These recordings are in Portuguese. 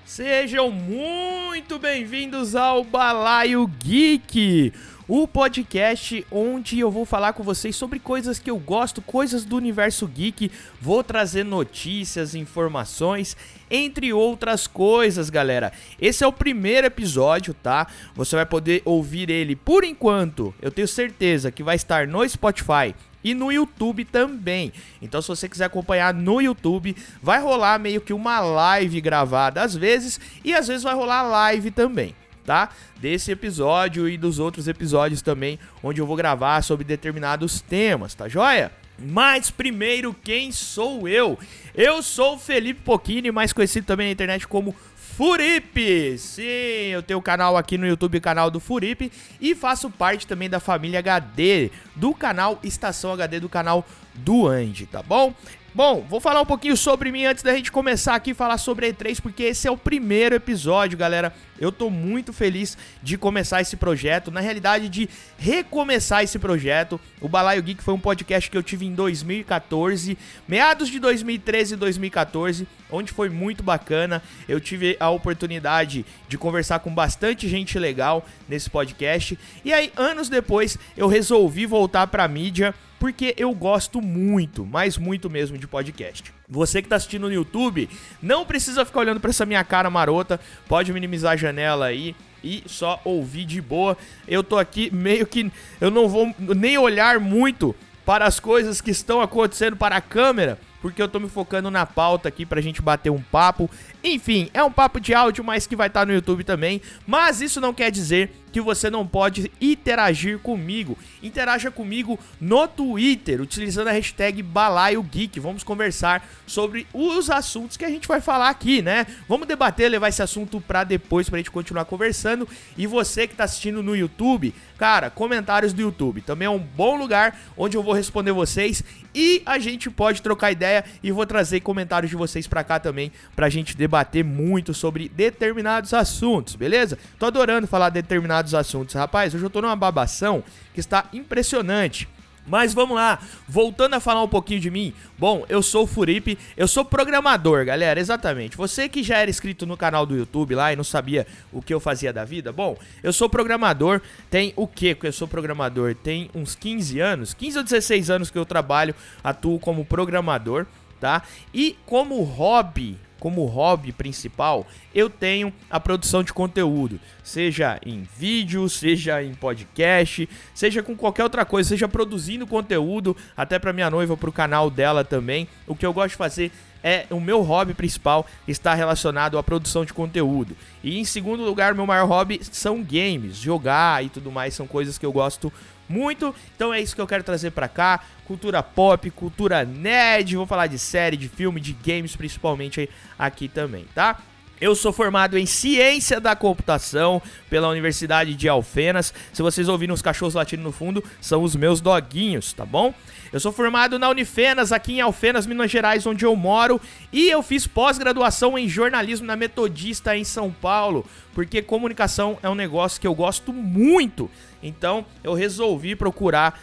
Sejam muito bem-vindos ao Balaio Geek, o podcast onde eu vou falar com vocês sobre coisas que eu gosto, coisas do universo geek, vou trazer notícias, informações, entre outras coisas, galera. Esse é o primeiro episódio, tá? Você vai poder ouvir ele por enquanto, eu tenho certeza que vai estar no Spotify e no YouTube também. Então, se você quiser acompanhar no YouTube, vai rolar meio que uma live gravada às vezes, e às vezes vai rolar live também, tá? Desse episódio e dos outros episódios também, onde eu vou gravar sobre determinados temas, tá joia? Mas primeiro, quem sou eu? Eu sou o Felipe Pocchini, mais conhecido também na internet como Furipe. Sim, eu tenho um canal aqui no YouTube, o canal do Furipe, e faço parte também da família HD, do canal Estação HD, do canal do Andy, tá bom? Bom, vou falar um pouquinho sobre mim antes da gente começar aqui a falar sobre a E3, porque esse é o primeiro episódio, galera. Eu tô muito feliz de começar esse projeto, na realidade de recomeçar esse projeto. O Balaio Geek foi um podcast que eu tive em 2014, meados de 2013 e 2014, onde foi muito bacana. Eu tive a oportunidade de conversar com bastante gente legal nesse podcast. E aí, anos depois, eu resolvi voltar pra mídia, porque eu gosto muito, mas muito mesmo de podcast. Você que tá assistindo no YouTube, não precisa ficar olhando pra essa minha cara marota, pode minimizar a janela aí e só ouvir de boa. Eu tô aqui meio que, eu não vou nem olhar muito para as coisas que estão acontecendo para a câmera, porque eu tô me focando na pauta aqui pra gente bater um papo. Enfim, é um papo de áudio, mas que vai estar no YouTube também. Mas isso não quer dizer que você não pode interagir comigo. Interaja comigo no Twitter, utilizando a hashtag BalaioGeek. Vamos conversar sobre os assuntos que a gente vai falar aqui, né? Vamos debater, levar esse assunto pra depois, pra gente continuar conversando. E você que tá assistindo no YouTube, cara, comentários do YouTube também é um bom lugar onde eu vou responder vocês. E a gente pode trocar ideia e vou trazer comentários de vocês pra cá também, pra gente debater muito sobre determinados assuntos, beleza? Tô adorando falar de determinados assuntos, rapaz. Hoje eu tô numa babação que está impressionante. Mas vamos lá, voltando a falar um pouquinho de mim. Bom, eu sou o Furipe, eu sou programador, galera, exatamente. Você que já era inscrito no canal do YouTube lá e não sabia o que eu fazia da vida, bom, eu sou programador, tem o quê que eu sou programador? Tem uns 15 anos, 15 ou 16 anos que eu trabalho, atuo como programador, tá? E como hobby principal, eu tenho a produção de conteúdo, seja em vídeo, seja em podcast, seja com qualquer outra coisa, seja produzindo conteúdo, até pra minha noiva, pro canal dela também. O que eu gosto de fazer é o meu hobby principal, está relacionado à produção de conteúdo. E em segundo lugar, meu maior hobby são games, jogar e tudo mais, são coisas que eu gosto muito, então é isso que eu quero trazer pra cá, cultura pop, cultura nerd, vou falar de série, de filme, de games principalmente aqui também, tá? Eu sou formado em Ciência da Computação pela Universidade de Alfenas. Se vocês ouviram os cachorros latindo no fundo, são os meus doguinhos, tá bom? Eu sou formado na Unifenas, aqui em Alfenas, Minas Gerais, onde eu moro. E eu fiz pós-graduação em jornalismo na Metodista em São Paulo, porque comunicação é um negócio que eu gosto muito. Então eu resolvi procurar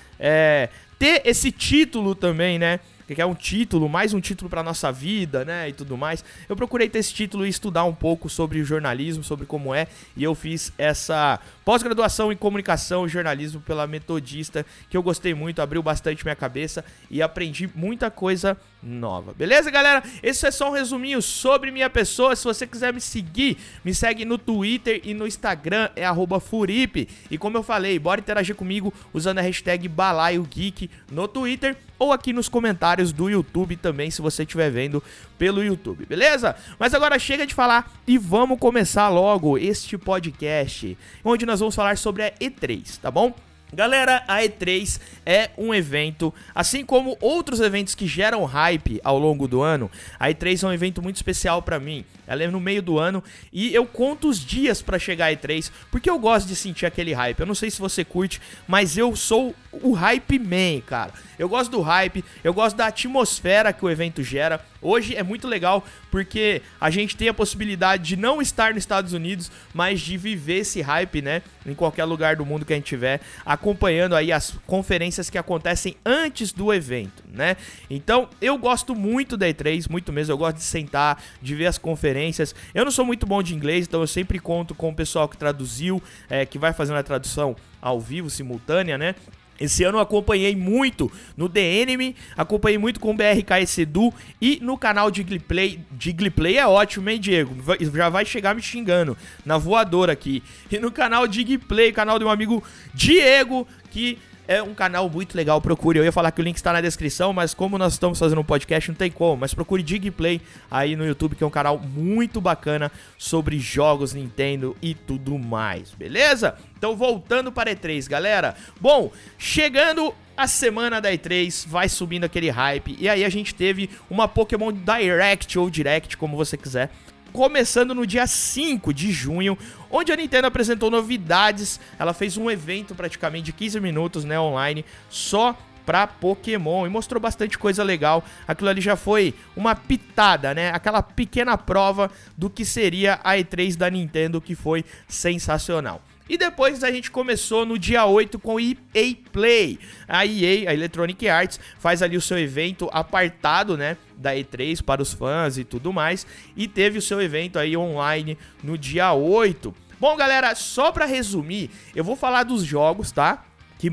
ter esse título também, né? Que é um título, mais um título pra nossa vida, né, e tudo mais. Eu procurei ter esse título e estudar um pouco sobre o jornalismo, sobre como é, e eu fiz essa pós-graduação em comunicação e jornalismo pela Metodista, que eu gostei muito, abriu bastante minha cabeça e aprendi muita coisa nova. Beleza, galera? Esse é só um resuminho sobre minha pessoa. Se você quiser me seguir, me segue no Twitter e no Instagram, é @Furipe. E como eu falei, bora interagir comigo usando a hashtag BalaioGeek no Twitter ou aqui nos comentários do YouTube também, se você estiver vendo pelo YouTube, beleza? Mas agora chega de falar e vamos começar logo este podcast, onde nós vamos falar sobre a E3, tá bom? Galera, a E3 é um evento, assim como outros eventos que geram hype ao longo do ano, a E3 é um evento muito especial pra mim. Ela é no meio do ano e eu conto os dias pra chegar a E3, porque eu gosto de sentir aquele hype. Eu não sei se você curte, mas eu sou o hype man, cara. Eu gosto do hype, eu gosto da atmosfera que o evento gera. Hoje é muito legal porque a gente tem a possibilidade de não estar nos Estados Unidos, mas de viver esse hype, né, em qualquer lugar do mundo que a gente tiver, acompanhando aí as conferências que acontecem antes do evento, né? Então, eu gosto muito da E3, muito mesmo, eu gosto de sentar, de ver as conferências. Eu não sou muito bom de inglês, então eu sempre conto com o pessoal que traduziu, que vai fazendo a tradução ao vivo, simultânea, né? Esse ano eu acompanhei muito no The Enemy, acompanhei muito com o BRKS Edu e no canal Diglyplay. Diglyplay é ótimo, hein, Diego? Já vai chegar me xingando na voadora aqui. E no canal Digplay, canal de um amigo Diego, que é um canal muito legal, procure. Eu ia falar que o link está na descrição, mas como nós estamos fazendo um podcast, não tem como. Mas procure Digplay aí no YouTube, que é um canal muito bacana sobre jogos Nintendo e tudo mais, beleza? Então, voltando para a E3, galera. Bom, chegando a semana da E3, vai subindo aquele hype. E aí a gente teve uma Pokémon Direct, ou Direct, como você quiser, começando no dia 5 de junho, onde a Nintendo apresentou novidades. Ela fez um evento praticamente de 15 minutos, né, online, só pra Pokémon, e mostrou bastante coisa legal. Aquilo ali já foi uma pitada, né, aquela pequena prova do que seria a E3 da Nintendo, que foi sensacional. E depois a gente começou no dia 8 com o EA Play. A EA, a Electronic Arts, faz ali o seu evento apartado, né, da E3 para os fãs e tudo mais. E teve o seu evento aí online no dia 8. Bom, galera, só pra resumir, eu vou falar dos jogos, tá? Que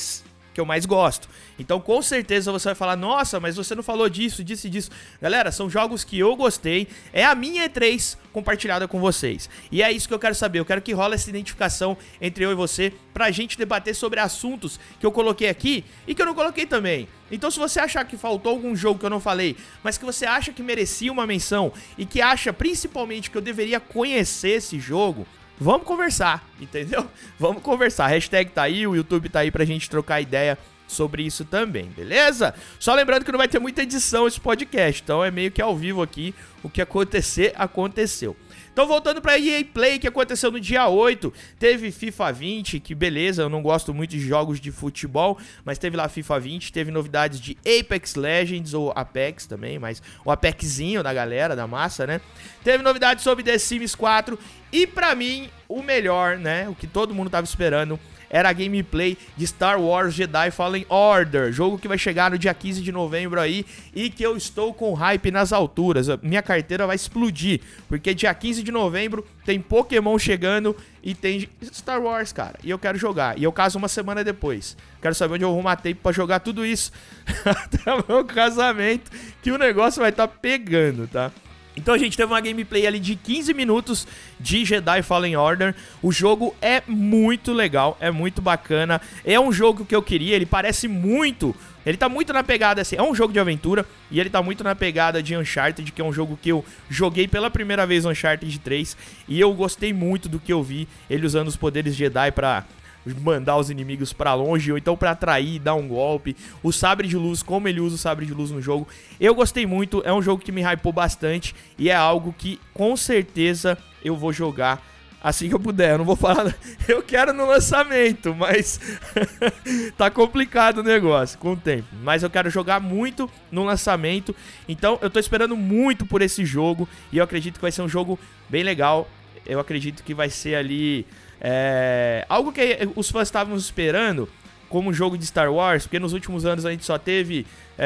eu mais gosto. Então, com certeza você vai falar, nossa, mas você não falou disso, disso e disso. Galera, são jogos que eu gostei, é a minha E3 compartilhada com vocês. E é isso que eu quero saber, eu quero que rola essa identificação entre eu e você, pra gente debater sobre assuntos que eu coloquei aqui e que eu não coloquei também. Então, se você achar que faltou algum jogo que eu não falei, mas que você acha que merecia uma menção e que acha principalmente que eu deveria conhecer esse jogo, vamos conversar, entendeu? Vamos conversar. A hashtag tá aí, o YouTube tá aí pra gente trocar ideia sobre isso também, beleza? Só lembrando que não vai ter muita edição esse podcast, então é meio que ao vivo aqui, o que acontecer, aconteceu. Então, voltando pra EA Play, que aconteceu no dia 8, teve FIFA 20, que beleza, eu não gosto muito de jogos de futebol, mas teve lá FIFA 20, teve novidades de Apex Legends, ou Apex também, mas o Apexzinho da galera, da massa, né? Teve novidades sobre The Sims 4, e pra mim, o melhor, né, o que todo mundo tava esperando, era a gameplay de Star Wars Jedi Fallen Order, jogo que vai chegar no dia 15 de novembro aí, e que eu estou com hype nas alturas. Minha carteira vai explodir, porque dia 15 de novembro tem Pokémon chegando e tem Star Wars, cara, e eu quero jogar, e eu caso uma semana depois. Quero saber onde eu vou arrumar tempo pra jogar tudo isso até o meu casamento, que o negócio vai estar pegando, tá? Então a gente teve uma gameplay ali de 15 minutos de Jedi Fallen Order. O jogo é muito legal, é muito bacana. É um jogo que eu queria, ele parece muito... Ele tá muito na pegada, assim, é um jogo de aventura, e ele tá muito na pegada de Uncharted, que é um jogo que eu joguei pela primeira vez no Uncharted 3, e eu gostei muito do que eu vi, ele usando os poderes Jedi pra mandar os inimigos pra longe, ou então pra atrair, dar um golpe. O sabre de luz, como ele usa o sabre de luz no jogo, eu gostei muito, é um jogo que me hypou bastante, e é algo que com certeza eu vou jogar assim que eu puder. Eu não vou falar, eu quero no lançamento, mas tá complicado o negócio com o tempo, mas eu quero jogar muito no lançamento, então eu tô esperando muito por esse jogo, e eu acredito que vai ser um jogo bem legal. Eu acredito que vai ser ali algo que os fãs estavam esperando como um jogo de Star Wars, porque nos últimos anos a gente só teve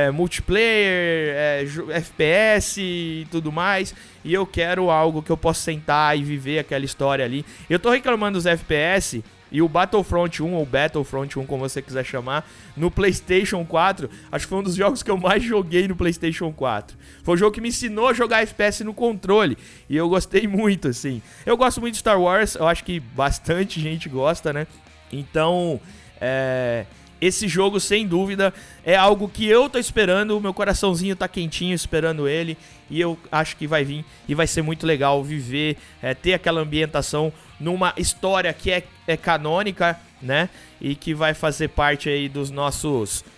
multiplayer, FPS e tudo mais, e eu quero algo que eu possa sentar e viver aquela história ali. Eu tô reclamando dos FPS, e o Battlefront 1, ou Battlefront 1, como você quiser chamar, no PlayStation 4, acho que foi um dos jogos que eu mais joguei no PlayStation 4. Foi o jogo que me ensinou a jogar FPS no controle, e eu gostei muito, assim. Eu gosto muito de Star Wars, eu acho que bastante gente gosta, né? Então, esse jogo, sem dúvida, é algo que eu tô esperando, o meu coraçãozinho tá quentinho esperando ele, e eu acho que vai vir e vai ser muito legal viver, ter aquela ambientação numa história que é canônica, né, e que vai fazer parte aí dos nossos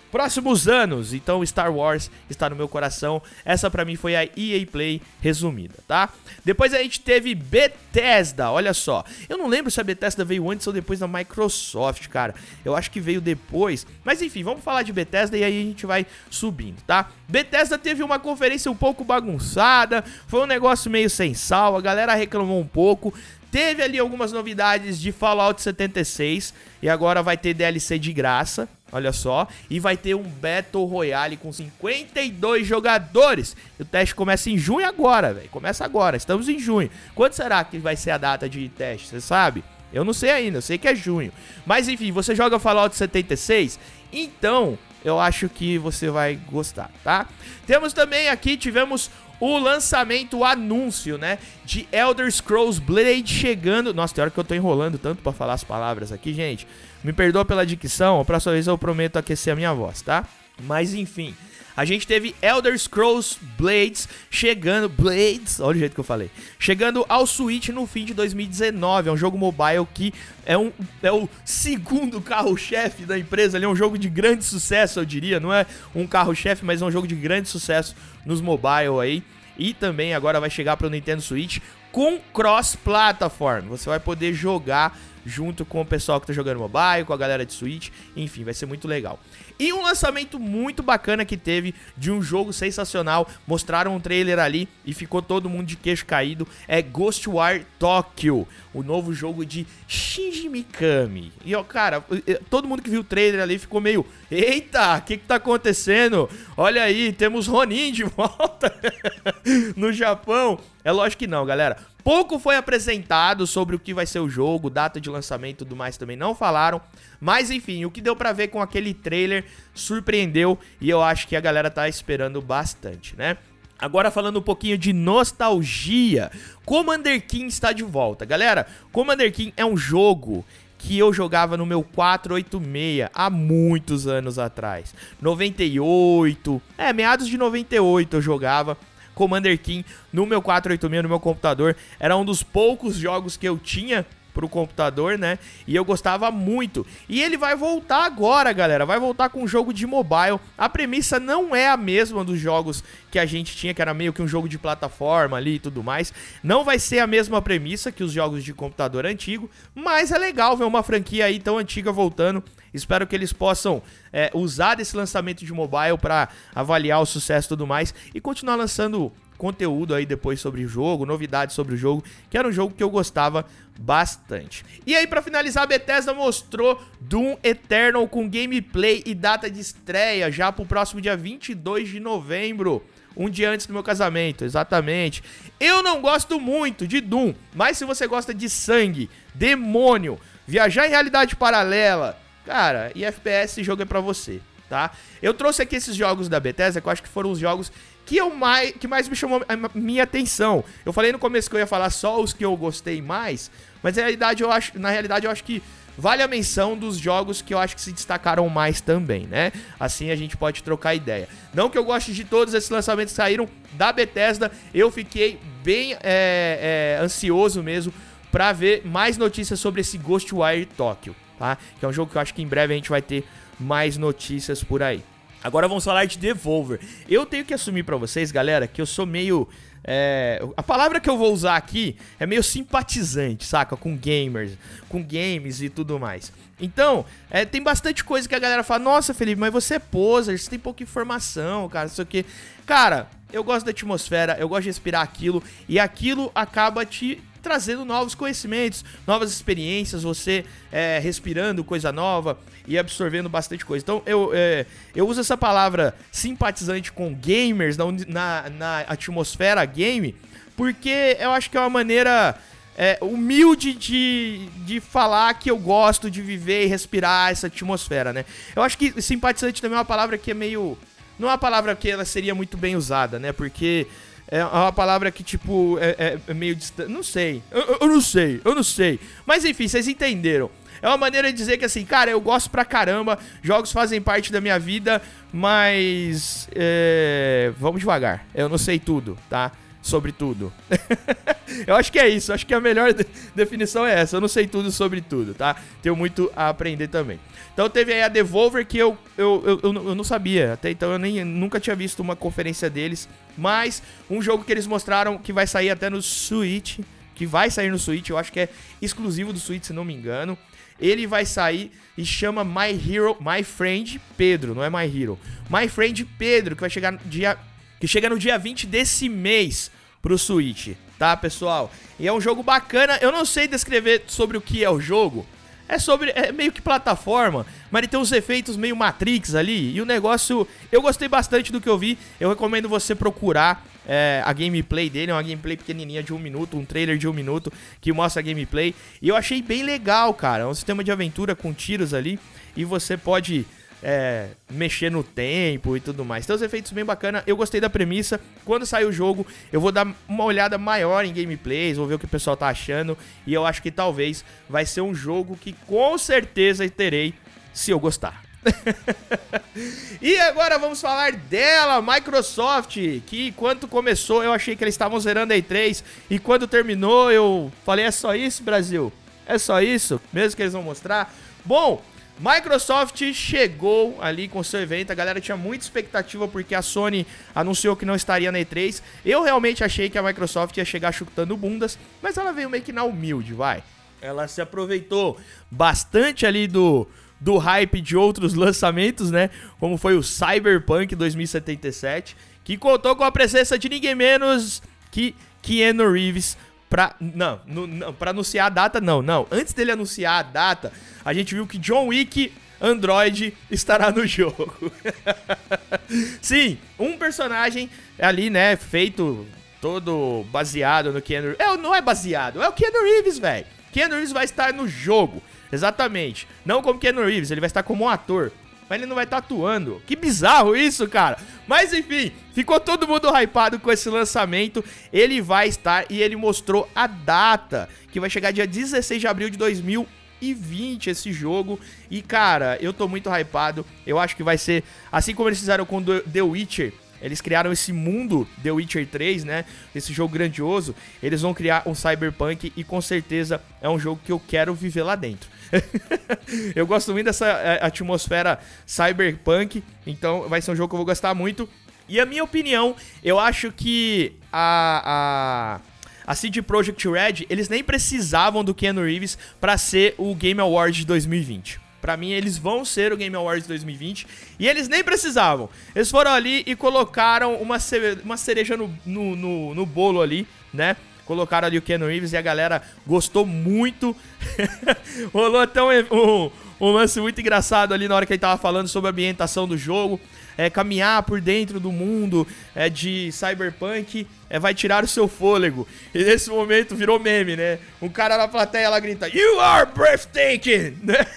próximos anos. Então Star Wars está no meu coração. Essa pra mim foi a EA Play resumida, tá? Depois a gente teve Bethesda, olha só. Eu não lembro se a Bethesda veio antes ou depois da Microsoft, cara. Eu acho que veio depois. Mas enfim, vamos falar de Bethesda e aí a gente vai subindo, tá? Bethesda teve uma conferência um pouco bagunçada. Foi um negócio meio sem sal. A galera reclamou um pouco. Teve ali algumas novidades de Fallout 76 e agora vai ter DLC de graça, olha só, e vai ter um Battle Royale com 52 jogadores. O teste começa em junho agora, velho, começa agora, estamos em junho. Quando será que vai ser a data de teste, você sabe? Eu não sei ainda, eu sei que é junho. Mas enfim, você joga Fallout 76? Então, eu acho que você vai gostar, tá? Temos também aqui, tivemos o lançamento, o anúncio, né, de Elder Scrolls Blade chegando. Nossa, tem hora que eu tô enrolando tanto pra falar as palavras aqui, gente. Me perdoa pela dicção, a próxima vez eu prometo aquecer a minha voz, tá? Mas enfim, a gente teve Elder Scrolls Blades chegando, Blades, olha o jeito que eu falei, chegando ao Switch no fim de 2019, é um jogo mobile que é o segundo carro-chefe da empresa, ele é um jogo de grande sucesso, eu diria, não é um carro-chefe, mas é um jogo de grande sucesso nos mobile aí, e também agora vai chegar para o Nintendo Switch com cross-platform, você vai poder jogar junto com o pessoal que tá jogando mobile, com a galera de Switch, enfim, vai ser muito legal. E um lançamento muito bacana que teve de um jogo sensacional, mostraram um trailer ali e ficou todo mundo de queixo caído, é Ghostwire Tokyo, o novo jogo de Shinji Mikami. E ó, cara, todo mundo que viu o trailer ali ficou meio, eita, o que tá acontecendo? Olha aí, temos Ronin de volta no Japão. É lógico que não, galera. Pouco foi apresentado sobre o que vai ser o jogo, data de lançamento e tudo mais também não falaram. Mas enfim, o que deu pra ver com aquele trailer surpreendeu e eu acho que a galera tá esperando bastante, né? Agora falando um pouquinho de nostalgia, Commander King está de volta. Galera, Commander King é um jogo que eu jogava no meu 486 há muitos anos atrás. 98, meados de 98 eu jogava Commander King no meu 486, no meu computador. Era um dos poucos jogos que eu tinha pro computador, né? E eu gostava muito. E ele vai voltar agora, galera. Vai voltar com um jogo de mobile. A premissa não é a mesma dos jogos que a gente tinha, que era meio que um jogo de plataforma ali e tudo mais. Não vai ser a mesma premissa que os jogos de computador antigo, mas é legal ver uma franquia aí tão antiga voltando. Espero que eles possam usar desse lançamento de mobile para avaliar o sucesso e tudo mais e continuar lançando conteúdo aí depois sobre o jogo, novidades sobre o jogo, que era um jogo que eu gostava bastante. E aí, pra finalizar, a Bethesda mostrou Doom Eternal com gameplay e data de estreia já pro próximo dia 22 de novembro, um dia antes do meu casamento, exatamente. Eu não gosto muito de Doom, mas se você gosta de sangue, demônio, viajar em realidade paralela, cara, e FPS, esse jogo é pra você, tá? Eu trouxe aqui esses jogos da Bethesda, que eu acho que foram os jogos que mais me chamou a minha atenção. Eu falei no começo que eu ia falar só os que eu gostei mais, mas na realidade eu acho que vale a menção dos jogos que eu acho que se destacaram mais também, né? Assim a gente pode trocar ideia. Não que eu goste de todos esses lançamentos que saíram da Bethesda, eu fiquei bem ansioso mesmo pra ver mais notícias sobre esse Ghostwire Tokyo, tá? Que é um jogo que eu acho que em breve a gente vai ter mais notícias por aí. Agora vamos falar de Devolver. Eu tenho que assumir pra vocês, galera, que eu sou meio... a palavra que eu vou usar aqui é meio simpatizante, saca? Com gamers, com games e tudo mais. Então, tem bastante coisa que a galera fala: nossa, Felipe, mas você é poser, você tem pouca informação, cara, não sei o que. Cara, eu gosto da atmosfera, eu gosto de respirar aquilo, e aquilo acaba te trazendo novos conhecimentos, novas experiências, você respirando coisa nova e absorvendo bastante coisa. Então eu uso essa palavra simpatizante com gamers na atmosfera game, porque eu acho que é uma maneira humilde de falar que eu gosto de viver e respirar essa atmosfera, né? Eu acho que simpatizante também é uma palavra que é meio... Não é uma palavra que ela seria muito bem usada, né? Porque é uma palavra que, tipo, é meio distante. Não sei. Eu não sei. Mas enfim, vocês entenderam. É uma maneira de dizer que, assim, cara, eu gosto pra caramba, jogos fazem parte da minha vida, mas... vamos devagar. Eu não sei tudo, tá? Sobre tudo. Eu acho que é isso, acho que a melhor definição é essa. Eu não sei tudo sobre tudo, tá? Tenho muito a aprender também. Então teve aí a Devolver, que eu não sabia, até então eu nunca tinha visto uma conferência deles, mas um jogo que eles mostraram que vai sair até no Switch, eu acho que é exclusivo do Switch, se não me engano. Ele vai sair e chama My Friend Pedro, não é My Hero. My Friend Pedro, que vai chegar no dia 20 desse mês pro Switch, tá, pessoal? E é um jogo bacana, eu não sei descrever sobre o que é o jogo. É meio que plataforma, mas ele tem uns efeitos meio Matrix ali. E o negócio, eu gostei bastante do que eu vi. Eu recomendo você procurar a gameplay dele. É uma gameplay pequenininha de 1 minuto, um trailer de 1 minuto que mostra a gameplay. E eu achei bem legal, cara. É um sistema de aventura com tiros ali. E você pode mexer no tempo e tudo mais. Então os efeitos bem bacana. Eu gostei da premissa. Quando sair o jogo, eu vou dar uma olhada maior em gameplays, vou ver o que o pessoal tá achando. E eu acho que talvez vai ser um jogo que com certeza terei, se eu gostar. E agora vamos falar dela, Microsoft, que quando começou eu achei que eles estavam zerando a E3, e quando terminou eu falei, é só isso, Brasil? É só isso? Mesmo que eles vão mostrar? Bom, Microsoft chegou ali com seu evento, a galera tinha muita expectativa porque a Sony anunciou que não estaria na E3. Eu realmente achei que a Microsoft ia chegar chutando bundas, mas ela veio meio que na humilde, vai. Ela se aproveitou bastante ali do hype de outros lançamentos, né? Como foi o Cyberpunk 2077, que contou com a presença de ninguém menos que Keanu Reeves pra anunciar a data, não. Antes dele anunciar a data, a gente viu que John Wick Android estará no jogo. Sim, um personagem ali, né, feito todo baseado no Keanu Reeves. Não é baseado, é o Keanu Reeves, velho. Keanu Reeves vai estar no jogo, exatamente. Não como Keanu Reeves, ele vai estar como um ator, mas ele não vai estar atuando. Que bizarro isso, cara. Mas enfim, ficou todo mundo hypado com esse lançamento. Ele vai estar e ele mostrou a data, que vai chegar dia 16 de abril de 2020 esse jogo. E cara, eu tô muito hypado. Eu acho que vai ser, assim como eles fizeram com The Witcher. Eles criaram esse mundo The Witcher 3, né? Esse jogo grandioso. Eles vão criar um Cyberpunk e com certeza é um jogo que eu quero viver lá dentro. Eu gosto muito dessa atmosfera cyberpunk, então vai ser um jogo que eu vou gostar muito. E a minha opinião, eu acho que a CD Projekt Red, eles nem precisavam do Keanu Reeves pra ser o Game Awards de 2020. Pra mim, eles vão ser o Game Awards de 2020 e eles nem precisavam. Eles foram ali e colocaram uma cereja no bolo ali, né? Colocaram ali o Keanu Reeves e a galera gostou muito. Rolou até um lance muito engraçado ali na hora que ele tava falando sobre a ambientação do jogo. Caminhar por dentro do mundo de Cyberpunk vai tirar o seu fôlego. E nesse momento virou meme, né? Um cara na plateia lá grita, "You are breathtaking!" Né?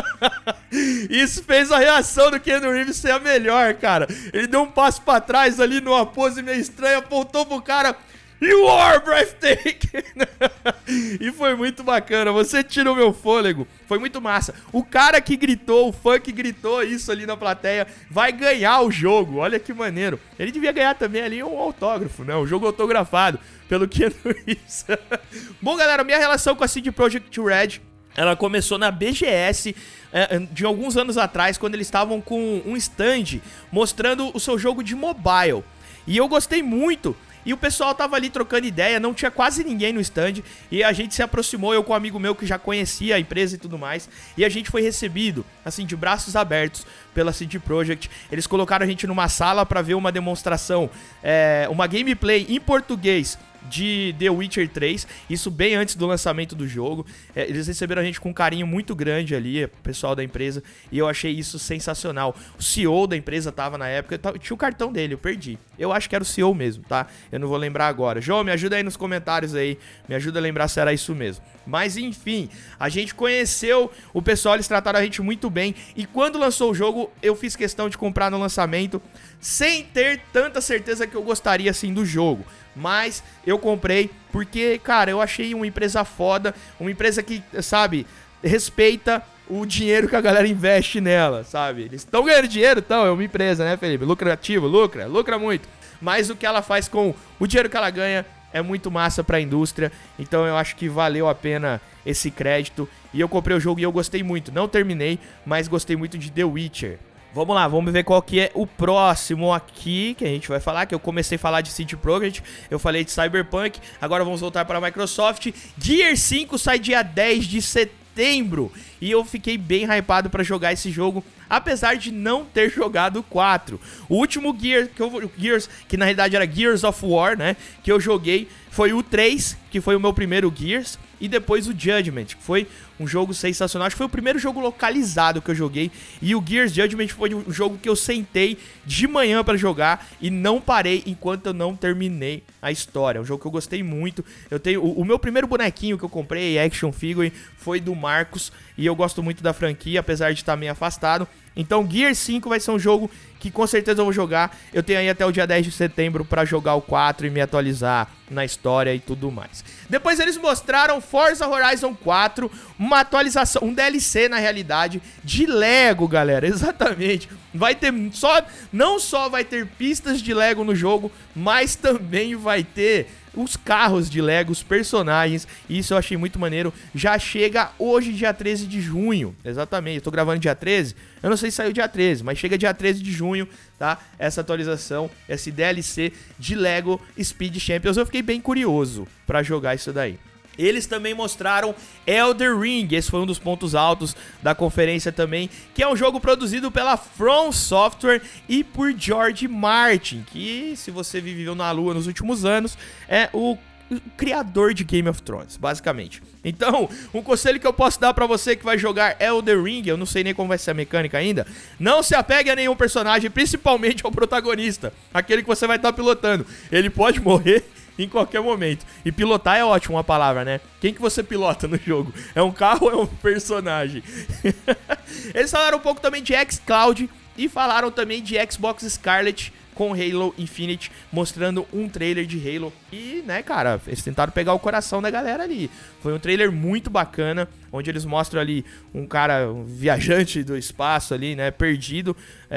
Isso fez a reação do Keanu Reeves ser a melhor, cara. Ele deu um passo pra trás ali numa pose meio estranha, apontou pro cara, "You are breathtaking!" E foi muito bacana, você tirou meu fôlego. Foi muito massa. O cara que gritou, o fã que gritou isso ali na plateia, vai ganhar o jogo. Olha que maneiro. Ele devia ganhar também ali um autógrafo, né? Um jogo autografado pelo Keanu Reeves. Bom, galera, minha relação com a CD Projekt Red, ela começou na BGS de alguns anos atrás, quando eles estavam com um stand mostrando o seu jogo de mobile. E eu gostei muito. E o pessoal tava ali trocando ideia, não tinha quase ninguém no stand. E a gente se aproximou, eu com um amigo meu que já conhecia a empresa e tudo mais. E a gente foi recebido, assim, de braços abertos pela CD Projekt. Eles colocaram a gente numa sala pra ver uma demonstração, uma gameplay em português de The Witcher 3, isso bem antes do lançamento do jogo. Eles receberam a gente com um carinho muito grande ali, o pessoal da empresa, e eu achei isso sensacional. O CEO da empresa tava na época, tinha o cartão dele, eu perdi. Eu acho que era o CEO mesmo, tá? Eu não vou lembrar agora. João, me ajuda aí nos comentários aí, me ajuda a lembrar se era isso mesmo. Mas enfim, a gente conheceu o pessoal, eles trataram a gente muito bem, e quando lançou o jogo, eu fiz questão de comprar no lançamento, sem ter tanta certeza que eu gostaria assim do jogo. Mas eu comprei porque, cara, eu achei uma empresa foda, uma empresa que, sabe, respeita o dinheiro que a galera investe nela, sabe? Eles estão ganhando dinheiro, então é uma empresa, né, Felipe? Lucrativo, lucra muito. Mas o que ela faz com o dinheiro que ela ganha é muito massa pra indústria, então eu acho que valeu a pena esse crédito. E eu comprei o jogo e eu gostei muito, não terminei, mas gostei muito de The Witcher. Vamos lá, vamos ver qual que é o próximo aqui que a gente vai falar, que eu comecei a falar de CD Projekt, eu falei de Cyberpunk, agora vamos voltar para a Microsoft. Gears 5 sai dia 10 de setembro e eu fiquei bem hypado para jogar esse jogo, apesar de não ter jogado o 4. O último Gears, que na realidade era Gears of War, né, que eu joguei, foi o 3, que foi o meu primeiro Gears, e depois o Judgment, que foi um jogo sensacional. Acho que foi o primeiro jogo localizado que eu joguei. E o Gears Judgment foi um jogo que eu sentei de manhã pra jogar e não parei enquanto eu não terminei a história. É um jogo que eu gostei muito. Eu tenho o meu primeiro bonequinho que eu comprei, action figure, foi do Marcos. E eu gosto muito da franquia, apesar de estar meio afastado. Então Gears 5 vai ser um jogo que com certeza eu vou jogar. Eu tenho aí até o dia 10 de setembro pra jogar o 4 e me atualizar na história e tudo mais. Depois eles mostraram Forza Horizon 4, uma atualização, um DLC na realidade, de Lego, galera, exatamente. Vai ter não só vai ter pistas de Lego no jogo, mas também vai ter os carros de Lego, os personagens, isso eu achei muito maneiro. Já chega hoje, dia 13 de junho, exatamente, eu tô gravando dia 13, eu não sei se saiu dia 13, mas chega dia 13 de junho, tá? Essa atualização, esse DLC de Lego Speed Champions, eu fiquei bem curioso pra jogar isso daí. Eles também mostraram Elden Ring, esse foi um dos pontos altos da conferência também, que é um jogo produzido pela From Software e por George Martin, que, se você viveu na Lua nos últimos anos, é o criador de Game of Thrones, basicamente. Então, um conselho que eu posso dar pra você que vai jogar Elden Ring, eu não sei nem como vai ser a mecânica ainda, não se apegue a nenhum personagem, principalmente ao protagonista, aquele que você vai estar pilotando. Ele pode morrer em qualquer momento. E pilotar é ótimo, uma palavra, né? Quem que você pilota no jogo? É um carro ou é um personagem? Eles falaram um pouco também de xCloud e falaram também de Xbox Scarlet com Halo Infinite, mostrando um trailer de Halo. E, né, cara, eles tentaram pegar o coração da galera ali. Foi um trailer muito bacana, onde eles mostram ali um cara, um viajante do espaço ali, né, perdido.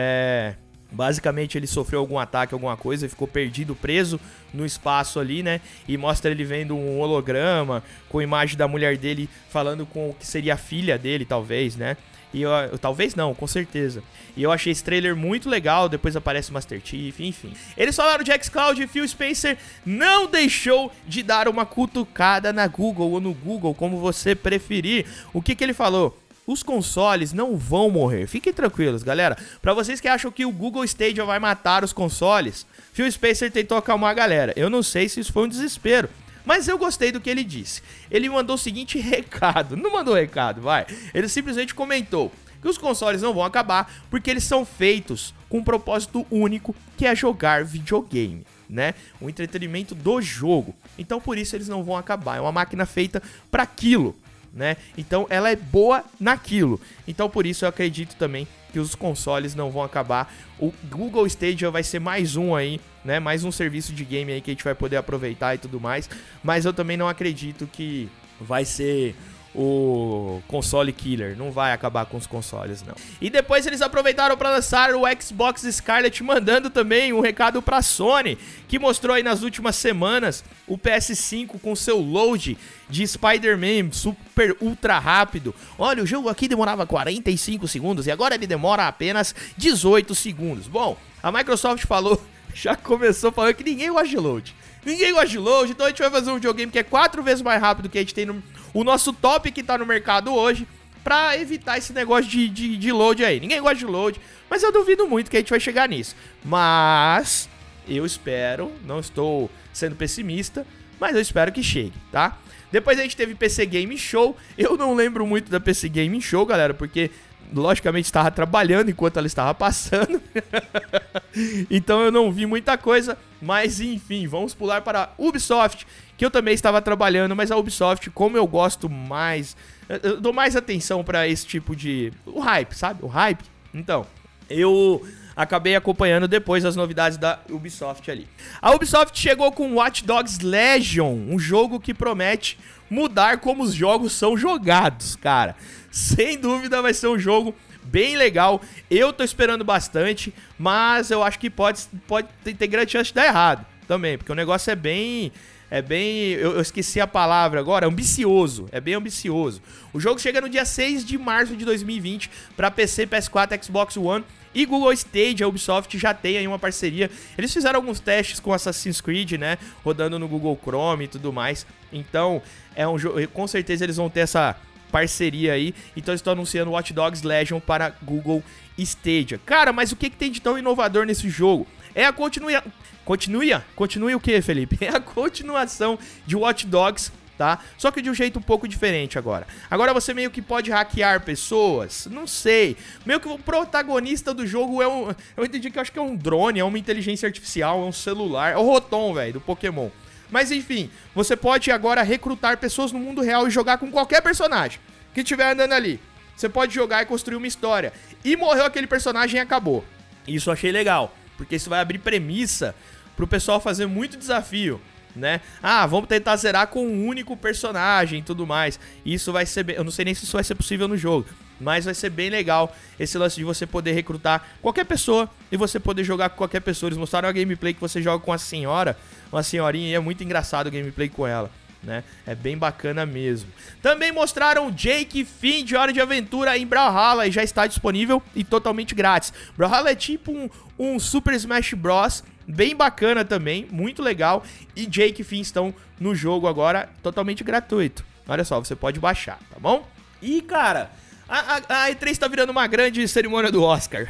Basicamente ele sofreu algum ataque, alguma coisa, e ficou perdido, preso no espaço ali, né? E mostra ele vendo um holograma com a imagem da mulher dele falando com o que seria a filha dele, talvez, né? E talvez não, com certeza. E eu achei esse trailer muito legal, depois aparece Master Chief, enfim. Eles falaram de xCloud e Phil Spencer não deixou de dar uma cutucada na Google ou no Google, como você preferir. O que ele falou? Os consoles não vão morrer, fiquem tranquilos, galera. Pra vocês que acham que o Google Stadia vai matar os consoles, Phil Spencer tentou acalmar a galera. Eu não sei se isso foi um desespero, mas eu gostei do que ele disse. Ele mandou o seguinte recado, não mandou recado, vai. Ele simplesmente comentou que os consoles não vão acabar porque eles são feitos com um propósito único, que é jogar videogame, né? O entretenimento do jogo. Então por isso eles não vão acabar, é uma máquina feita para aquilo, né? Então ela é boa naquilo. Então por isso eu acredito também que os consoles não vão acabar. O Google Stadia vai ser mais um aí, né? Mais um serviço de game aí que a gente vai poder aproveitar e tudo mais. Mas eu também não acredito que vai ser o console killer, não vai acabar com os consoles, não. E depois eles aproveitaram para lançar o Xbox Scarlet, mandando também um recado para Sony, que mostrou aí nas últimas semanas o PS5 com seu load de Spider-Man super ultra rápido. Olha, o jogo aqui demorava 45 segundos e agora ele demora apenas 18 segundos. Bom, a Microsoft falou, já começou falando que ninguém gosta de load. Ninguém gosta de load, então a gente vai fazer um videogame que é 4 vezes mais rápido que a gente tem no o nosso top que tá no mercado hoje, pra evitar esse negócio de load aí. Ninguém gosta de load, mas eu duvido muito que a gente vai chegar nisso. Mas eu espero, não estou sendo pessimista, mas eu espero que chegue, tá? Depois a gente teve PC Game Show. Eu não lembro muito da PC Game Show, galera, porque logicamente estava trabalhando enquanto ela estava passando. Então eu não vi muita coisa, mas enfim, vamos pular para a Ubisoft, que eu também estava trabalhando, mas a Ubisoft, como eu gosto mais, eu dou mais atenção para esse tipo de... o hype, sabe? O hype. Então, eu acabei acompanhando depois as novidades da Ubisoft ali. A Ubisoft chegou com Watch Dogs Legion, um jogo que promete mudar como os jogos são jogados, cara. Sem dúvida vai ser um jogo bem legal. Eu tô esperando bastante, mas eu acho que pode ter grande chance de dar errado também, porque o negócio é bem É bem... Eu esqueci a palavra agora. Ambicioso. É bem ambicioso. O jogo chega no dia 6 de março de 2020 para PC, PS4, Xbox One e Google Stadia. A Ubisoft já tem aí uma parceria. Eles fizeram alguns testes com Assassin's Creed, né? Rodando no Google Chrome e tudo mais. Então, é um jogo... Com certeza eles vão ter essa parceria aí. Então, eles estão anunciando Watch Dogs Legion para Google Stadia. Cara, mas o que tem de tão inovador nesse jogo? É a Continue o que, Felipe? É a continuação de Watch Dogs, tá? Só que de um jeito um pouco diferente agora. Agora você meio que pode hackear pessoas, não sei. Meio que o protagonista do jogo é um... Eu entendi que eu acho que é um drone, é uma inteligência artificial, é um celular. É o Rotom, velho, do Pokémon. Mas enfim, você pode agora recrutar pessoas no mundo real e jogar com qualquer personagem que estiver andando ali. Você pode jogar e construir uma história. E morreu aquele personagem e acabou. Isso eu achei legal, porque isso vai abrir premissa pro pessoal fazer muito desafio, né? Ah, vamos tentar zerar com um único personagem e tudo mais. Isso vai ser bem... Eu não sei nem se isso vai ser possível no jogo, mas vai ser bem legal esse lance de você poder recrutar qualquer pessoa e você poder jogar com qualquer pessoa. Eles mostraram a gameplay que você joga com a senhora, uma senhorinha, e é muito engraçado o gameplay com ela, né? É bem bacana mesmo. Também mostraram Jake Finn de Hora de Aventura em Brawlhalla e já está disponível e totalmente grátis. Brawlhalla é tipo um Super Smash Bros. Bem bacana também, muito legal. E Jake Finn estão no jogo agora totalmente gratuito. Olha só, você pode baixar, tá bom? E cara, a E3 tá virando uma grande cerimônia do Oscar.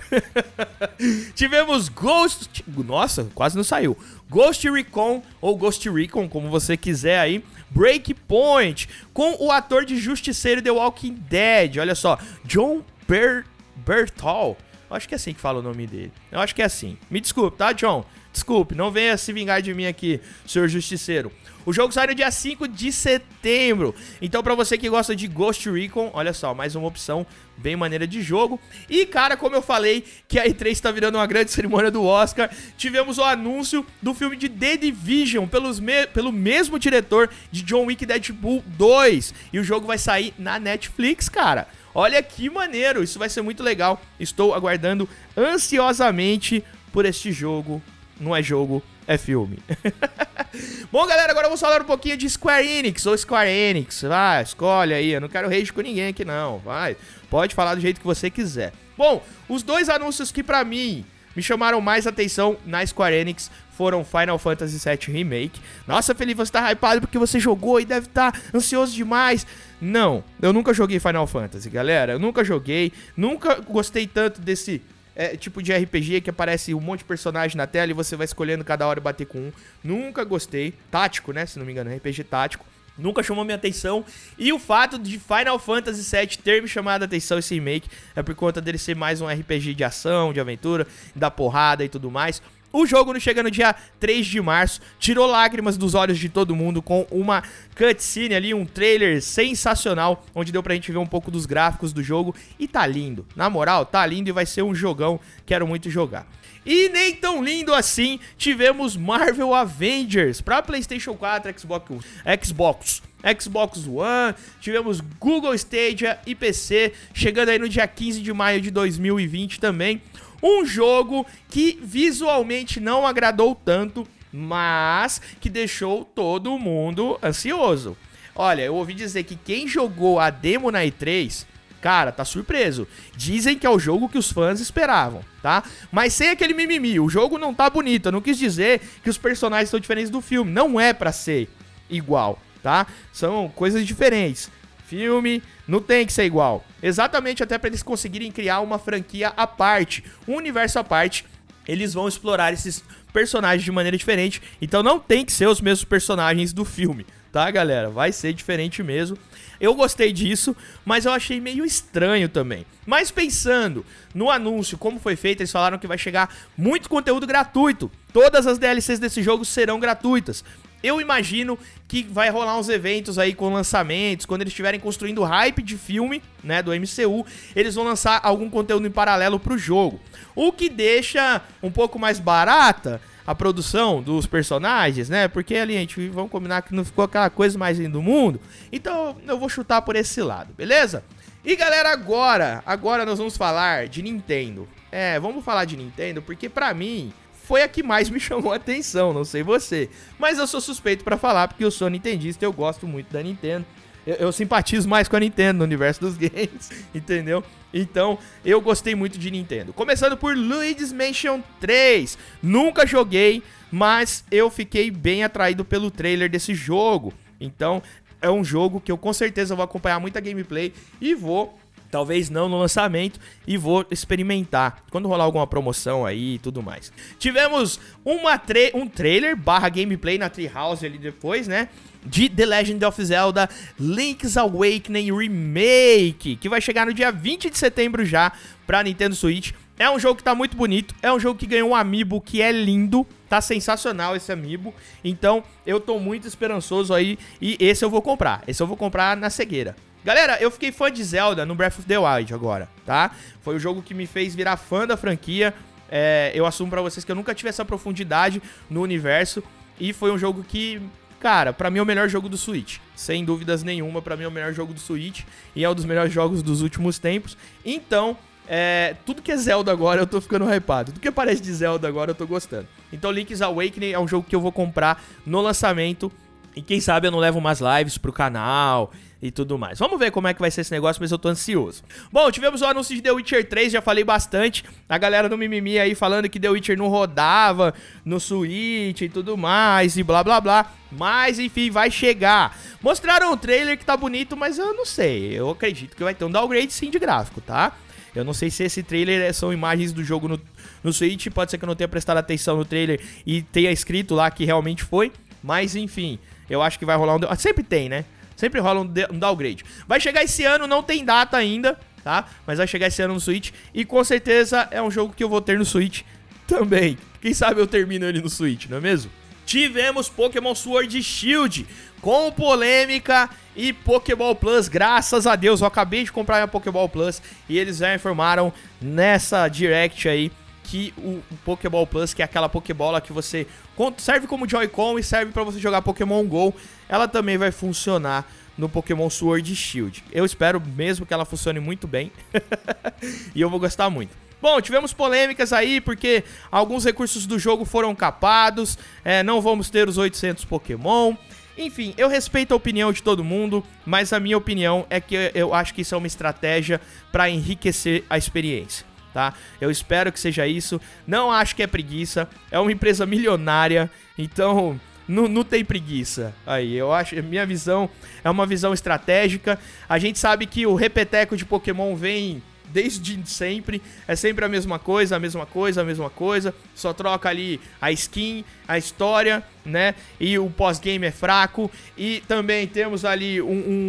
Tivemos Ghost... Nossa, quase não saiu. Ghost Recon, ou Ghost Recon, como você quiser aí. Breakpoint, com o ator de Justiceiro The Walking Dead. Olha só, John Berthal. Acho que é assim que fala o nome dele. Eu acho que é assim. Me desculpe, tá, John? Desculpe, não venha se vingar de mim aqui, senhor Justiceiro. O jogo sai no dia 5 de setembro. Então, pra você que gosta de Ghost Recon, olha só, mais uma opção bem maneira de jogo. E, cara, como eu falei que a E3 tá virando uma grande cerimônia do Oscar, tivemos o anúncio do filme de The Division pelo mesmo diretor de John Wick Deadpool 2. E o jogo vai sair na Netflix, cara. Olha que maneiro, isso vai ser muito legal. Estou aguardando ansiosamente por este jogo. Não é jogo, é filme. Bom, galera, agora vamos falar um pouquinho de Square Enix ou Square Enix. Vai, escolhe aí, eu não quero rage com ninguém aqui não, vai. Pode falar do jeito que você quiser. Bom, os dois anúncios que pra mim me chamaram mais atenção na Square Enix foram Final Fantasy VII Remake. Nossa, Felipe, você tá hypado porque você jogou e deve estar ansioso demais. Não, eu nunca joguei Final Fantasy, galera. Eu nunca joguei, nunca gostei tanto desse tipo de RPG que aparece um monte de personagem na tela e você vai escolhendo cada hora e bater com um. Nunca gostei. Tático, né? Se não me engano, RPG tático. Nunca chamou minha atenção. E o fato de Final Fantasy VII ter me chamado a atenção, esse remake, é por conta dele ser mais um RPG de ação, de aventura, da porrada e tudo mais. O jogo não chega no dia 3 de março, tirou lágrimas dos olhos de todo mundo com uma cutscene ali, um trailer sensacional, onde deu pra gente ver um pouco dos gráficos do jogo e tá lindo. Na moral, tá lindo e vai ser um jogão, quero muito jogar. E nem tão lindo assim, tivemos Marvel Avengers pra PlayStation 4, Xbox One, tivemos Google Stadia e PC, chegando aí no dia 15 de maio de 2020 também. Um jogo que visualmente não agradou tanto, mas que deixou todo mundo ansioso. Olha, eu ouvi dizer que quem jogou a demo na E3, cara, tá surpreso. Dizem que é o jogo que os fãs esperavam, tá? Mas sem aquele mimimi, o jogo não tá bonito. Eu não quis dizer que os personagens são diferentes do filme. Não é pra ser igual, tá? São coisas diferentes. Filme não tem que ser igual. Exatamente até pra eles conseguirem criar uma franquia à parte, um universo à parte. Eles vão explorar esses personagens de maneira diferente. Então não tem que ser os mesmos personagens do filme, tá, galera? Vai ser diferente mesmo. Eu gostei disso, mas eu achei meio estranho também. Mas pensando no anúncio, como foi feito, eles falaram que vai chegar muito conteúdo gratuito. Todas as DLCs desse jogo serão gratuitas. Eu imagino que vai rolar uns eventos aí com lançamentos, quando eles estiverem construindo hype de filme, né, do MCU, eles vão lançar algum conteúdo em paralelo pro jogo. O que deixa um pouco mais barata a produção dos personagens, né, porque ali, gente, vamos combinar que não ficou aquela coisa mais linda do mundo. Então eu vou chutar por esse lado, beleza? E galera, agora nós vamos falar de Nintendo. Vamos falar de Nintendo, porque pra mim foi a que mais me chamou a atenção, não sei você. Mas eu sou suspeito pra falar, porque eu sou nintendista e eu gosto muito da Nintendo. Eu simpatizo mais com a Nintendo no universo dos games, entendeu? Então, eu gostei muito de Nintendo. Começando por Luigi's Mansion 3. Nunca joguei, mas eu fiquei bem atraído pelo trailer desse jogo. Então, é um jogo que eu com certeza vou acompanhar muita gameplay e vou, talvez não no lançamento, e vou experimentar quando rolar alguma promoção aí e tudo mais. Tivemos um trailer barra gameplay na Treehouse ali depois, né? De The Legend of Zelda Link's Awakening Remake, que vai chegar no dia 20 de setembro já pra Nintendo Switch. É um jogo que tá muito bonito, é um jogo que ganhou um amiibo que é lindo, tá sensacional esse amiibo. Então eu tô muito esperançoso aí e esse eu vou comprar na cegueira. Galera, eu fiquei fã de Zelda no Breath of the Wild agora, tá? Foi o jogo que me fez virar fã da franquia. Eu assumo pra vocês que eu nunca tive essa profundidade no universo e foi um jogo que... Cara, pra mim é o melhor jogo do Switch, sem dúvidas nenhuma, pra mim é o melhor jogo do Switch e é um dos melhores jogos dos últimos tempos. Então, tudo que é Zelda agora eu tô ficando hypado, tudo que aparece de Zelda agora eu tô gostando. Então Link's Awakening é um jogo que eu vou comprar no lançamento e quem sabe eu não levo umas lives pro canal e tudo mais. Vamos ver como é que vai ser esse negócio, mas eu tô ansioso. Bom, tivemos o anúncio de The Witcher 3, já falei bastante. A galera do mimimi aí falando que The Witcher não rodava no Switch e tudo mais e blá blá blá. Mas enfim, vai chegar. Mostraram um trailer que tá bonito, mas eu não sei. Eu acredito que vai ter um downgrade sim de gráfico, tá? Eu não sei se esse trailer são imagens do jogo no Switch. Pode ser que eu não tenha prestado atenção no trailer e tenha escrito lá que realmente foi. Mas enfim, eu acho que vai rolar um... Sempre tem, né? Sempre rola um downgrade. Vai chegar esse ano, não tem data ainda, tá? Mas vai chegar esse ano no Switch. E com certeza é um jogo que eu vou ter no Switch também. Quem sabe eu termino ele no Switch, não é mesmo? Tivemos Pokémon Sword e Shield com polêmica e Pokéball Plus. Graças a Deus, eu acabei de comprar minha Pokéball Plus e eles já informaram nessa Direct aí que o Pokéball Plus, que é aquela Pokébola que você serve como Joy-Con e serve pra você jogar Pokémon GO, ela também vai funcionar no Pokémon Sword e Shield. Eu espero mesmo que ela funcione muito bem e eu vou gostar muito. Bom, tivemos polêmicas aí porque alguns recursos do jogo foram capados, não vamos ter os 800 Pokémon. Enfim, eu respeito a opinião de todo mundo, mas a minha opinião é que eu acho que isso é uma estratégia pra enriquecer a experiência. Tá? Eu espero que seja isso. Não acho que é preguiça. É uma empresa milionária. Então, não tem preguiça. Aí, eu acho. Minha visão é uma visão estratégica. A gente sabe que o repeteco de Pokémon vem desde sempre. É sempre a mesma coisa, a mesma coisa, a mesma coisa. Só troca ali a skin, a história, né? E o pós-game é fraco. E também temos ali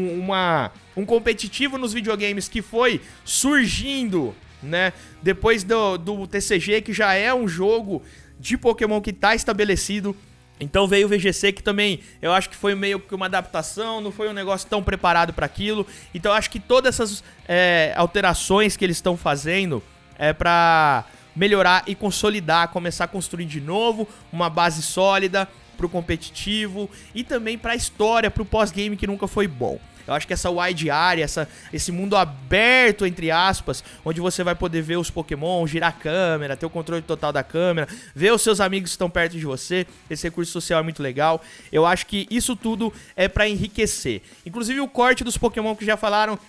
um competitivo nos videogames que foi surgindo, né? Depois do TCG, que já é um jogo de Pokémon que tá estabelecido. Então veio o VGC, que também eu acho que foi meio que uma adaptação, não foi um negócio tão preparado para aquilo. Então eu acho que todas essas alterações que eles estão fazendo é pra melhorar e consolidar, começar a construir de novo uma base sólida pro competitivo e também pra história, pro pós-game que nunca foi bom. Eu acho que essa wide area, esse mundo aberto, entre aspas, onde você vai poder ver os Pokémon, girar a câmera, ter o controle total da câmera, ver os seus amigos que estão perto de você, esse recurso social é muito legal. Eu acho que isso tudo é pra enriquecer. Inclusive o corte dos Pokémon que já falaram,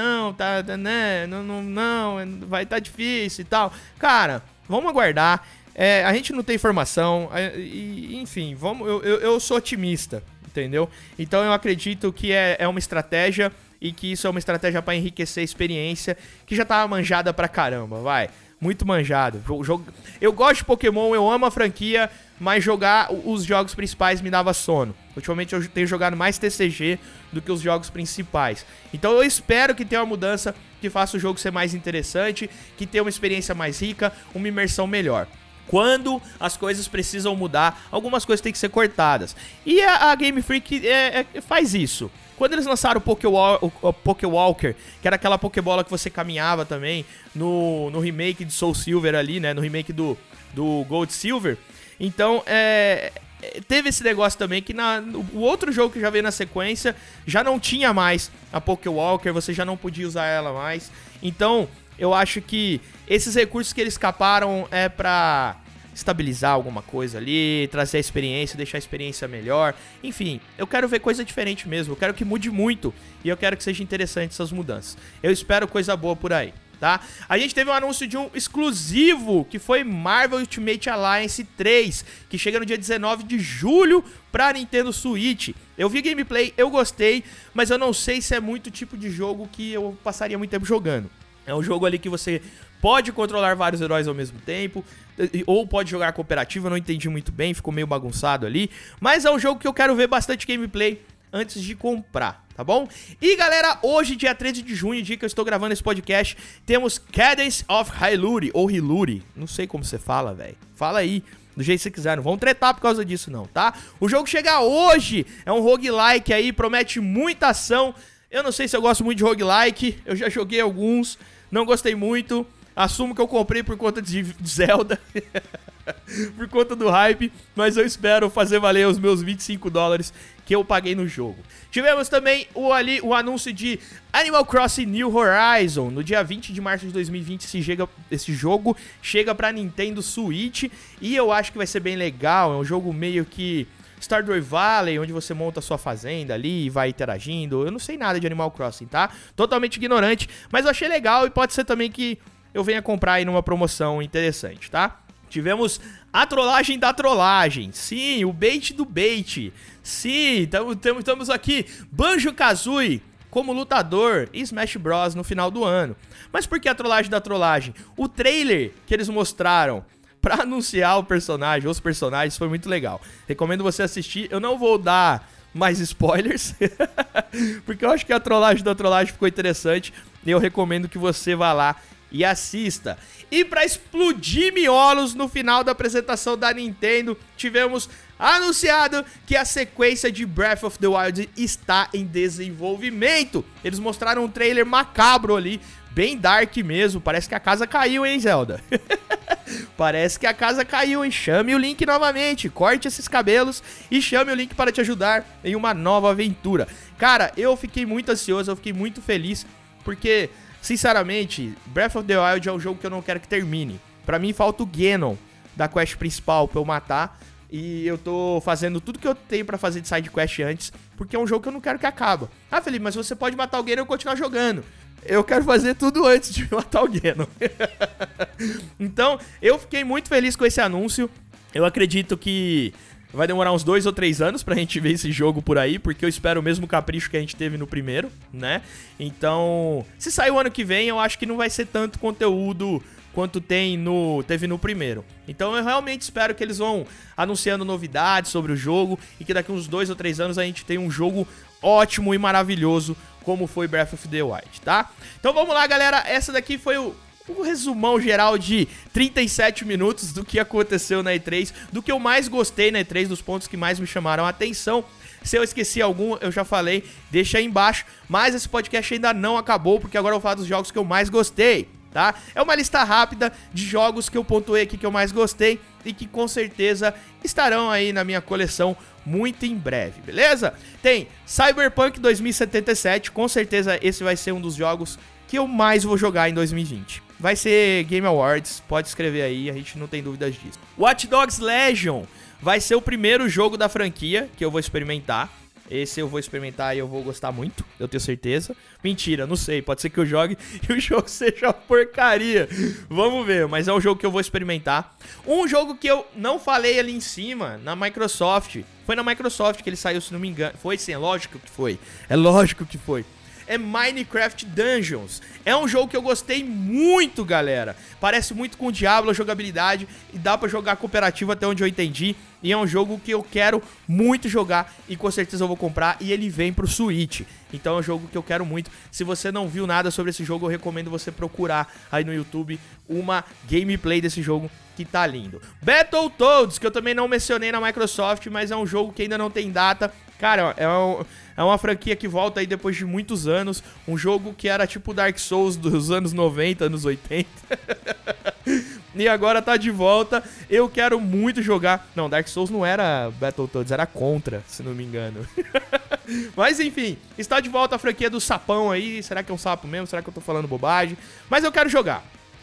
né, não, vai tá difícil e tal. Cara, vamos aguardar. A gente não tem informação, enfim, eu sou otimista. Entendeu? Então eu acredito que é uma estratégia e que isso é uma estratégia pra enriquecer a experiência, que já tava manjada pra caramba, vai. Muito manjado. Eu gosto de Pokémon, eu amo a franquia, mas jogar os jogos principais me dava sono. Ultimamente eu tenho jogado mais TCG do que os jogos principais. Então eu espero que tenha uma mudança que faça o jogo ser mais interessante, que tenha uma experiência mais rica, uma imersão melhor. Quando as coisas precisam mudar, algumas coisas têm que ser cortadas. E a Game Freak faz isso. Quando eles lançaram o Pokéwalker, que era aquela Pokébola que você caminhava também, no remake de Soul Silver ali, né? No remake do Gold Silver. Então, teve esse negócio também que o outro jogo que já veio na sequência já não tinha mais a Pokéwalker, você já não podia usar ela mais. Então, eu acho que esses recursos que eles escaparam é pra estabilizar alguma coisa ali, trazer a experiência, deixar a experiência melhor. Enfim, eu quero ver coisa diferente mesmo, eu quero que mude muito e eu quero que seja interessante essas mudanças. Eu espero coisa boa por aí, tá? A gente teve um anúncio de um exclusivo, que foi Marvel Ultimate Alliance 3, que chega no dia 19 de julho pra Nintendo Switch. Eu vi gameplay, eu gostei, mas eu não sei se é muito tipo de jogo que eu passaria muito tempo jogando. É um jogo ali que você pode controlar vários heróis ao mesmo tempo, ou pode jogar cooperativo, eu não entendi muito bem, ficou meio bagunçado ali. Mas é um jogo que eu quero ver bastante gameplay antes de comprar, tá bom? E galera, hoje, dia 13 de junho, dia que eu estou gravando esse podcast, temos Cadence of Hyrule, ou Hyrule, não sei como você fala, velho. Fala aí, do jeito que você quiser, não vão tretar por causa disso não, tá? O jogo chega hoje, é um roguelike aí, promete muita ação. Eu não sei se eu gosto muito de roguelike, eu já joguei alguns, não gostei muito. Assumo que eu comprei por conta de Zelda, por conta do hype, mas eu espero fazer valer os meus $25 que eu paguei no jogo. Tivemos também o anúncio de Animal Crossing New Horizon. No dia 20 de março de 2020 esse jogo chega pra Nintendo Switch e eu acho que vai ser bem legal. É um jogo meio que Stardew Valley, onde você monta a sua fazenda ali e vai interagindo. Eu não sei nada de Animal Crossing, tá? Totalmente ignorante, mas eu achei legal e pode ser também que eu venha comprar aí numa promoção interessante, tá? Tivemos a trollagem da trollagem. Sim, o bait do bait. Sim, estamos aqui. Banjo-Kazooie como lutador em Smash Bros no final do ano. Mas por que a trollagem da trollagem? O trailer que eles mostraram pra anunciar o personagem, os personagens, foi muito legal. Recomendo você assistir. Eu não vou dar mais spoilers, porque eu acho que a trollagem da trollagem ficou interessante. E eu recomendo que você vá lá e assista. E pra explodir miolos, no final da apresentação da Nintendo, tivemos anunciado que a sequência de Breath of the Wild está em desenvolvimento. Eles mostraram um trailer macabro ali, bem dark mesmo. Parece que a casa caiu, hein, Zelda? Parece que a casa caiu, hein? Chame o Link novamente, corte esses cabelos e chame o Link para te ajudar em uma nova aventura. Cara, eu fiquei muito ansioso, eu fiquei muito feliz, porque sinceramente, Breath of the Wild é um jogo que eu não quero que termine. Pra mim falta o Ganon da quest principal pra eu matar. E eu tô fazendo tudo que eu tenho pra fazer de side quest antes, porque é um jogo que eu não quero que acabe. Ah, Felipe, mas você pode matar o Ganon e eu continuar jogando. Eu quero fazer tudo antes de matar o Ganon. Então, eu fiquei muito feliz com esse anúncio. Eu acredito que vai demorar uns 2 ou 3 anos pra gente ver esse jogo por aí, porque eu espero o mesmo capricho que a gente teve no primeiro, né? Então, se sair o ano que vem, eu acho que não vai ser tanto conteúdo quanto teve no primeiro. Então eu realmente espero que eles vão anunciando novidades sobre o jogo e que daqui uns 2 ou 3 anos a gente tenha um jogo ótimo e maravilhoso como foi Breath of the Wild, tá? Então vamos lá, galera, essa daqui foi o resumão geral de 37 minutos do que aconteceu na E3, do que eu mais gostei na E3, dos pontos que mais me chamaram a atenção. Se eu esqueci algum, eu já falei, deixa aí embaixo. Mas esse podcast ainda não acabou, porque agora eu vou falar dos jogos que eu mais gostei, tá? É uma lista rápida de jogos que eu pontuei aqui que eu mais gostei e que com certeza estarão aí na minha coleção muito em breve, beleza? Tem Cyberpunk 2077, com certeza esse vai ser um dos jogos que eu mais vou jogar em 2020. Vai ser Game Awards, pode escrever aí, a gente não tem dúvidas disso. Watch Dogs Legion vai ser o primeiro jogo da franquia que eu vou experimentar. Esse eu vou experimentar e eu vou gostar muito, eu tenho certeza. Mentira, não sei, pode ser que eu jogue e o jogo seja uma porcaria. Vamos ver, mas é um jogo que eu vou experimentar. Um jogo que eu não falei ali em cima, na Microsoft. Foi na Microsoft que ele saiu, se não me engano. Foi sim, é lógico que foi. É lógico que foi. É Minecraft Dungeons. É um jogo que eu gostei muito, galera. Parece muito com o Diablo, a jogabilidade, e dá pra jogar cooperativo até onde eu entendi. E é um jogo que eu quero muito jogar e com certeza eu vou comprar, e ele vem pro Switch. Então é um jogo que eu quero muito. Se você não viu nada sobre esse jogo, eu recomendo você procurar aí no YouTube uma gameplay desse jogo que tá lindo. Battletoads, que eu também não mencionei na Microsoft, mas é um jogo que ainda não tem data. Cara, é uma franquia que volta aí depois de muitos anos. Um jogo que era tipo Dark Souls dos anos 90, anos 80. E agora tá de volta. Eu quero muito jogar. Não, Dark Souls não era Battletoads, era Contra, se não me engano. Mas enfim, está de volta a franquia do sapão aí. Será que é um sapo mesmo? Será que eu tô falando bobagem? Mas eu quero jogar.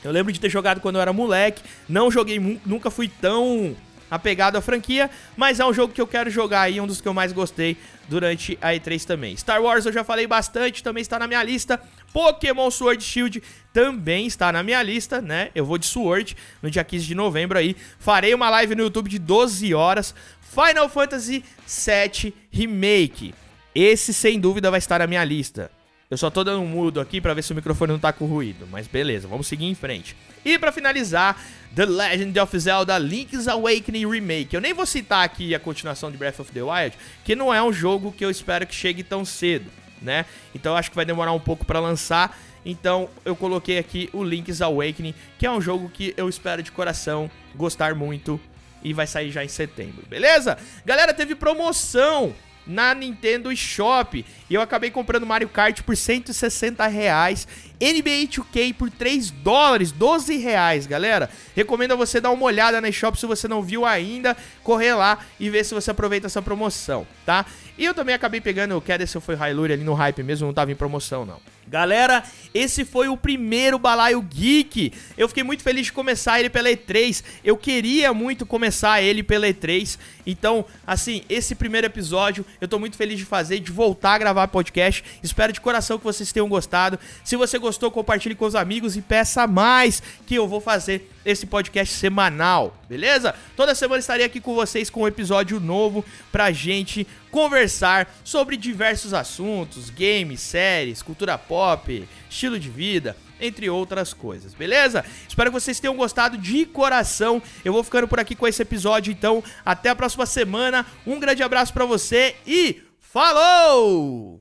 Eu lembro de ter jogado quando eu era moleque, não joguei, nunca fui tão apegado à franquia, mas é um jogo que eu quero jogar aí, um dos que eu mais gostei durante a E3 também. Star Wars eu já falei bastante, também está na minha lista. Pokémon Sword Shield também está na minha lista, né? Eu vou de Sword no dia 15 de novembro aí. Farei uma live no YouTube de 12 horas. Final Fantasy VII Remake. Esse, sem dúvida, vai estar na minha lista. Eu só tô dando um mudo aqui pra ver se o microfone não tá com ruído. Mas beleza, vamos seguir em frente. E pra finalizar, The Legend of Zelda Link's Awakening Remake. Eu nem vou citar aqui a continuação de Breath of the Wild, que não é um jogo que eu espero que chegue tão cedo, né? Então eu acho que vai demorar um pouco pra lançar. Então eu coloquei aqui o Link's Awakening, que é um jogo que eu espero de coração gostar muito. E vai sair já em setembro, beleza? Galera, teve promoção na Nintendo Shop e eu acabei comprando Mario Kart por R$160, NBA 2K por $3, R$12, galera. Recomendo a você dar uma olhada na Shop se você não viu ainda, correr lá e ver se você aproveita essa promoção, tá? E eu também acabei pegando o Cadence foi Hyrule ali no hype mesmo, não tava em promoção não. Galera, esse foi o primeiro Balaio Geek. Eu fiquei muito feliz de começar ele pela E3. Eu queria muito começar ele pela E3. Então, assim, esse primeiro episódio eu tô muito feliz de fazer, de voltar a gravar podcast. Espero de coração que vocês tenham gostado. Se você gostou, compartilhe com os amigos e peça mais, que eu vou fazer esse podcast semanal, beleza? Toda semana estarei aqui com vocês com um episódio novo pra gente conversar sobre diversos assuntos, games, séries, cultura pop, estilo de vida, entre outras coisas, beleza? Espero que vocês tenham gostado de coração. Eu vou ficando por aqui com esse episódio, então até a próxima semana. Um grande abraço pra você e falou!